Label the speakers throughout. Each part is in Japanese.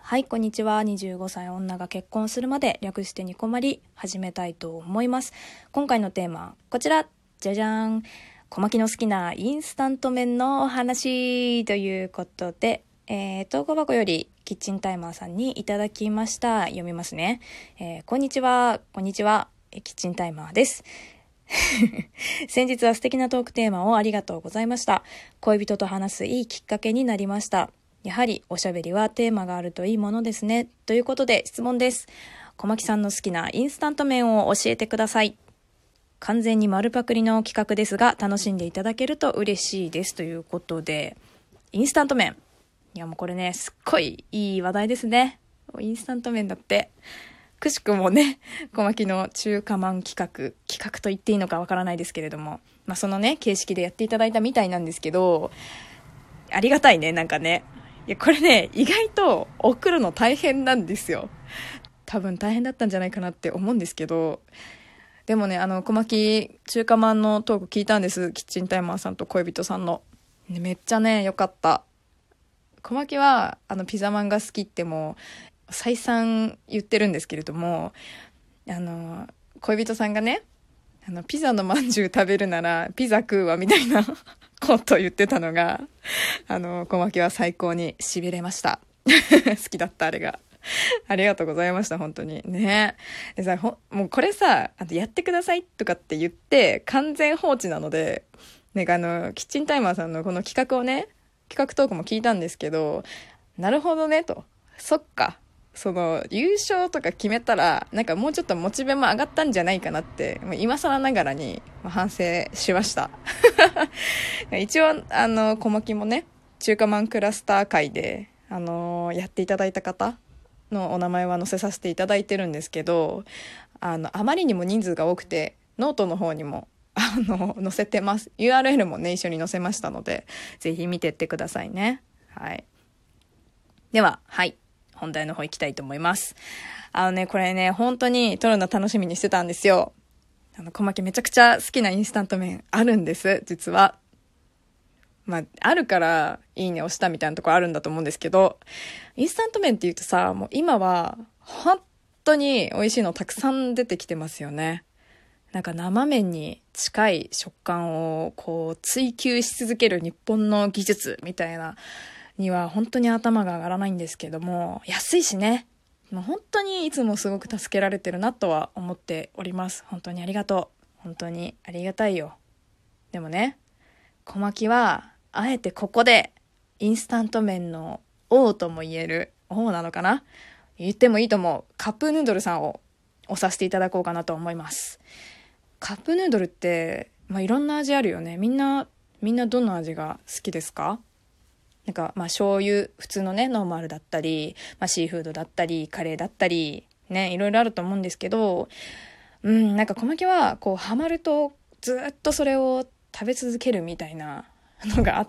Speaker 1: はい、こんにちは。25歳女が結婚するまで略してニコマリ始めたいと思います。今回のテーマ、こちら。じゃじゃーん。小牧の好きなインスタント麺のお話ということで、投稿箱よりキッチンタイマーさんにいただきました。読みますね。こんにちは。こんにちは。キッチンタイマーです。先日は素敵なトークテーマをありがとうございました。恋人と話すいいきっかけになりました。やはりおしゃべりはテーマがあるといいものですね。ということで質問です。小牧さんの好きなインスタント麺を教えてください。完全に丸パクリの企画ですが、楽しんでいただけると嬉しいです。ということで、インスタント麺。いやもうこれね、すっごいいい話題ですね。インスタント麺だって。くしくもね、小牧の中華まん企画と言っていいのかわからないですけれども、そのね、形式でやっていただいたみたいなんですけど、ありがたいね、なんかね。いや、これね、意外と送るの大変なんですよ。多分大変だったんじゃないかなって思うんですけど、でもね、小牧中華まんのトーク聞いたんです。キッチンタイマーさんと恋人さんの。めっちゃね、良かった。小牧は、ピザまんが好きってもう、再三言ってるんですけれども、恋人さんがね、ピザのまんじゅう食べるならピザ食うわみたいなことを言ってたのが、小牧は最高に痺れました。好きだった、あれが。ありがとうございました、本当に。ね。でさ、もうこれさ、やってくださいとかって言って、完全放置なので、なんかキッチンタイマーさんのこの企画をね、企画トークも聞いたんですけど、なるほどね、と。そっか。優勝とか決めたら、なんかもうちょっとモチベも上がったんじゃないかなって、もう今更ながらに反省しました。一応、小牧もね、中華マンクラスター会で、やっていただいた方のお名前は載せさせていただいてるんですけど、あまりにも人数が多くて、ノートの方にも、載せてます。URL もね、一緒に載せましたので、ぜひ見てってくださいね。はい。では、はい。本題の方行きたいと思います。これね、本当に撮るの楽しみにしてたんですよ。小牧めちゃくちゃ好きなインスタント麺あるんです、実は。あるから、いいね押したみたいなところあるんだと思うんですけど、インスタント麺って言うとさ、もう今は、本当に美味しいのたくさん出てきてますよね。なんか生麺に近い食感をこう追求し続ける日本の技術みたいなには本当に頭が上がらないんですけども、安いしね。もう本当にいつもすごく助けられてるなとは思っております。本当にありがとう。本当にありがたいよ。でもね、小牧はあえてここでインスタント麺の王とも言える、王なのかな、言ってもいいと思うカップヌードルさんを推させていただこうかなと思います。カップヌードルって、いろんな味あるよね。みんなどの味が好きですか？なんか醤油普通のねノーマルだったり、シーフードだったりカレーだったりね、いろいろあると思うんですけど、なんか小牧はこうハマるとずっとそれを食べ続けるみたいなのがあって、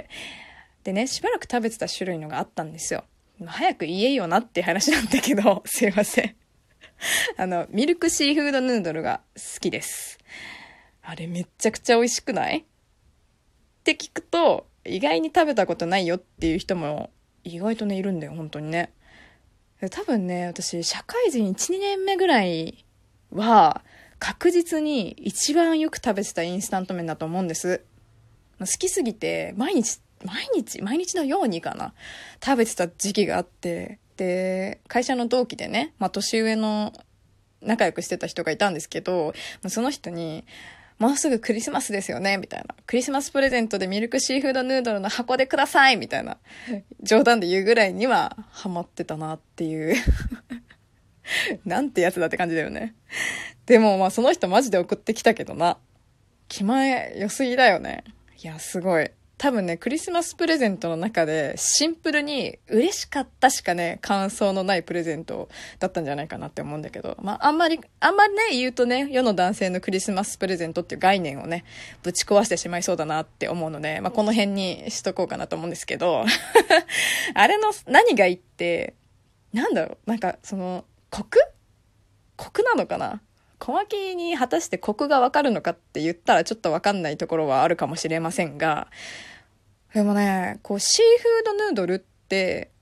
Speaker 1: でね、しばらく食べてた種類のがあったんですよ。早く言えよなって話なんだけど、すいません。ミルクシーフードヌードルが好きです。あれめっちゃくちゃ美味しくないって聞くと、意外に食べたことないよっていう人も意外とねいるんだよ、本当にね。多分ね、私社会人 1,2 年目ぐらいは確実に一番よく食べてたインスタント麺だと思うんです。好きすぎて毎日のようにかな食べてた時期があって、で会社の同期でね、年上の仲良くしてた人がいたんですけど、その人にもうすぐクリスマスですよねみたいな、クリスマスプレゼントでミルクシーフードヌードルの箱でくださいみたいな冗談で言うぐらいにはハマってたなっていうなんてやつだって感じだよね。でもその人マジで送ってきたけどな、気前良すぎだよね。いやすごい、多分ね、クリスマスプレゼントの中でシンプルに嬉しかったしかね、感想のないプレゼントだったんじゃないかなって思うんだけど、あんまりね、言うとね、世の男性のクリスマスプレゼントっていう概念をね、ぶち壊してしまいそうだなって思うので、この辺にしとこうかなと思うんですけど、あれの何がいいって、なんだろう、なんかコクなのかな、小牧に果たしてコクがわかるのかって言ったらちょっとわかんないところはあるかもしれませんが、でもね、こうシーフードヌードルって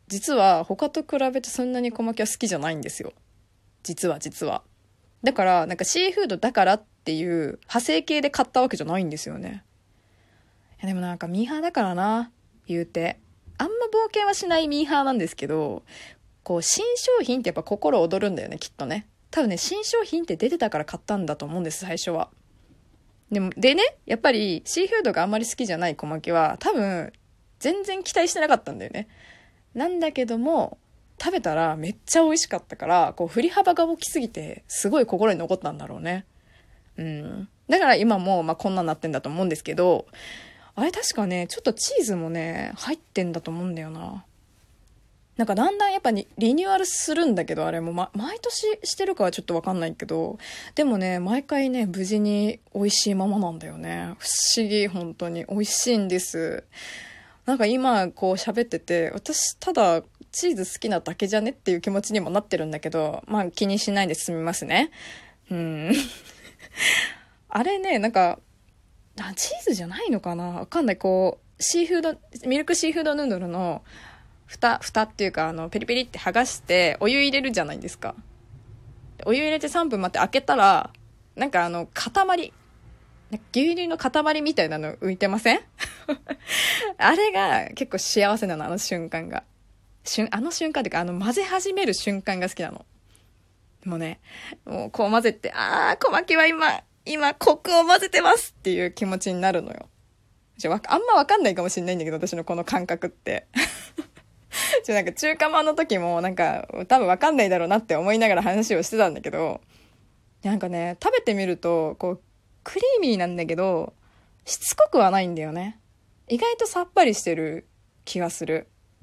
Speaker 1: 実は他と比べてそんなに小牧は好きじゃないんですよ。実は。だから、なんかシーフードだからっていう派生系で買ったわけじゃないんですよね。いやでもなんかミーハーだからな、言うて。あんま冒険はしないミーハーなんですけど、こう新商品ってやっぱ心躍るんだよね、きっとね。多分ね、新商品って出てたから買ったんだと思うんです、最初は。でね、やっぱりシーフードがあんまり好きじゃない小牧は多分全然期待してなかったんだよね。なんだけども、食べたらめっちゃ美味しかったから、こう振り幅が大きすぎてすごい心に残ったんだろうね。だから今もまあこんなになってんだと思うんですけど、あれ確かね、ちょっとチーズもね入ってんだと思うんだよな。なんかだんだんやっぱりリニューアルするんだけど、あれも、毎年してるかはちょっとわかんないけど、でもね、毎回ね、無事に美味しいままなんだよね。不思議、本当に。美味しいんです。なんか今こう喋ってて、私ただチーズ好きなだけじゃねっていう気持ちにもなってるんだけど、まあ気にしないで済みますね。あれね、なんか、チーズじゃないのかな、わかんない。こう、シーフード、ミルクシーフードヌードルの蓋っていうか、ペリペリって剥がして、お湯入れるじゃないですか。お湯入れて3分待って開けたら、なんか塊、牛乳の塊みたいなの浮いてませんあれが結構幸せなの、あの瞬間が。あの瞬間っていうか、混ぜ始める瞬間が好きなの。もうね、もうこう混ぜて、小牧は今、コクを混ぜてますっていう気持ちになるのよ。あんまわかんないかもしれないんだけど、私のこの感覚って。なんか中華まんの時もなんか多分わかんないだろうなって思いながら話をしてたんだけど、なんかね、食べてみると、こう、クリーミーなんだけど、しつこくはないんだよね。意外とさっぱりしてる気がする。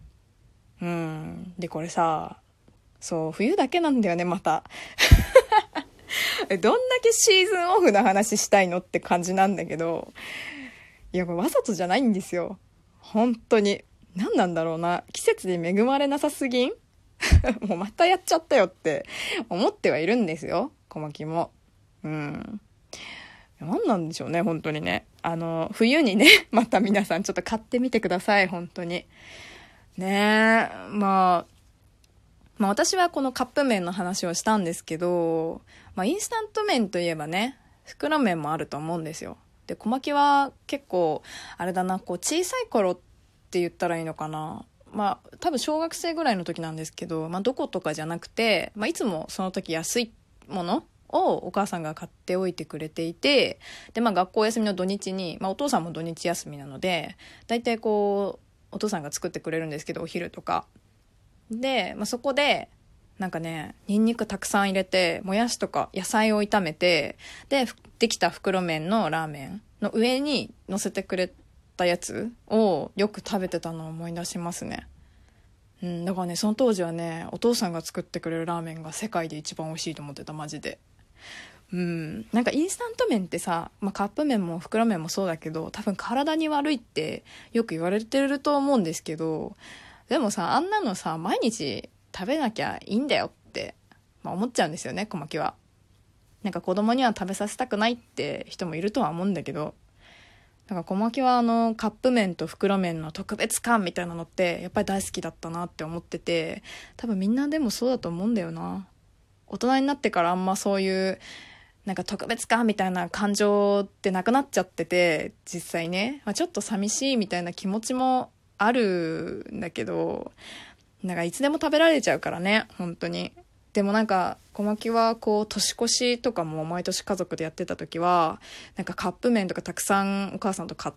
Speaker 1: で、これさ、そう、冬だけなんだよね、また。どんだけシーズンオフの話したいのって感じなんだけど、いや、これわざとじゃないんですよ。本当に。何なんだろうな。季節で恵まれなさすぎんもうまたやっちゃったよって思ってはいるんですよ。小牧も。何なんでしょうね、本当にね。冬にね、また皆さんちょっと買ってみてください、本当に。ねえ、まあ私はこのカップ麺の話をしたんですけど、インスタント麺といえばね、袋麺もあると思うんですよ。で、小牧は結構、あれだな、こう小さい頃って言ったらいいのかな。多分小学生ぐらいの時なんですけど、どことかじゃなくて、いつもその時安いものをお母さんが買っておいてくれていて、で、学校休みの土日に、お父さんも土日休みなので、だいたいこう、お父さんが作ってくれるんですけど、お昼とか。で、そこで、なんかね、ニンニクたくさん入れて、もやしとか野菜を炒めて、で、できた袋麺のラーメンの上に乗せてくれたやつをよく食べてたのを思い出しますね。だからね、その当時はね、お父さんが作ってくれるラーメンが世界で一番美味しいと思ってた、マジで。なんかインスタント麺ってさ、カップ麺も袋麺もそうだけど、多分体に悪いってよく言われてると思うんですけど、でもさ、あんなのさ、毎日食べなきゃいいんだよって、思っちゃうんですよね、小牧は。なんか子供には食べさせたくないって人もいるとは思うんだけど、なんか小牧はカップ麺と袋麺の特別感みたいなのってやっぱり大好きだったなって思ってて、多分みんなでもそうだと思うんだよな。大人になってからあんまそういうなんか特別感みたいな感情ってなくなっちゃってて、実際ね、ちょっと寂しいみたいな気持ちもあるんだけど、なんかいつでも食べられちゃうからね、本当に。でもなんか小牧はこう年越しとかも毎年家族でやってた時は、なんかカップ麺とかたくさんお母さんと買って、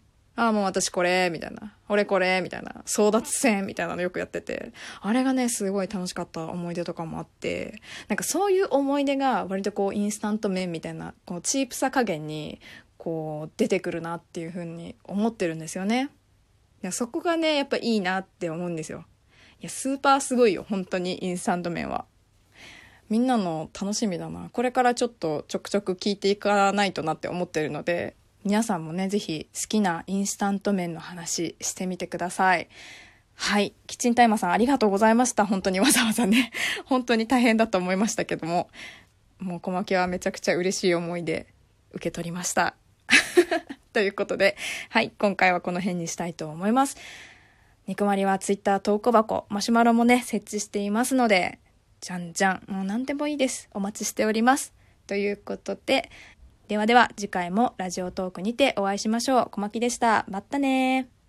Speaker 1: もう私これみたいな、俺これみたいな、争奪戦みたいなのよくやってて、あれがねすごい楽しかった思い出とかもあって、なんかそういう思い出が割とこうインスタント麺みたいなこうチープさ加減にこう出てくるなっていう風に思ってるんですよね。いや、そこがねやっぱいいなって思うんですよ。いや、スーパーすごいよ、本当にインスタント麺は。みんなの楽しみだな。これからちょっとちょくちょく聞いていかないとなって思ってるので、皆さんもね、ぜひ好きなインスタント麺の話してみてください。はい。キッチンタイマーさんありがとうございました。本当にわざわざね。本当に大変だと思いましたけども。もう小牧はめちゃくちゃ嬉しい思いで受け取りました。ということで、はい。今回はこの辺にしたいと思います。 ニコマリはツイッター投稿箱、マシュマロもね、設置していますので、じゃんじゃん、もう何でもいいです。お待ちしております。ということで、ではでは次回もラジオトークにてお会いしましょう。小牧でした。またねー。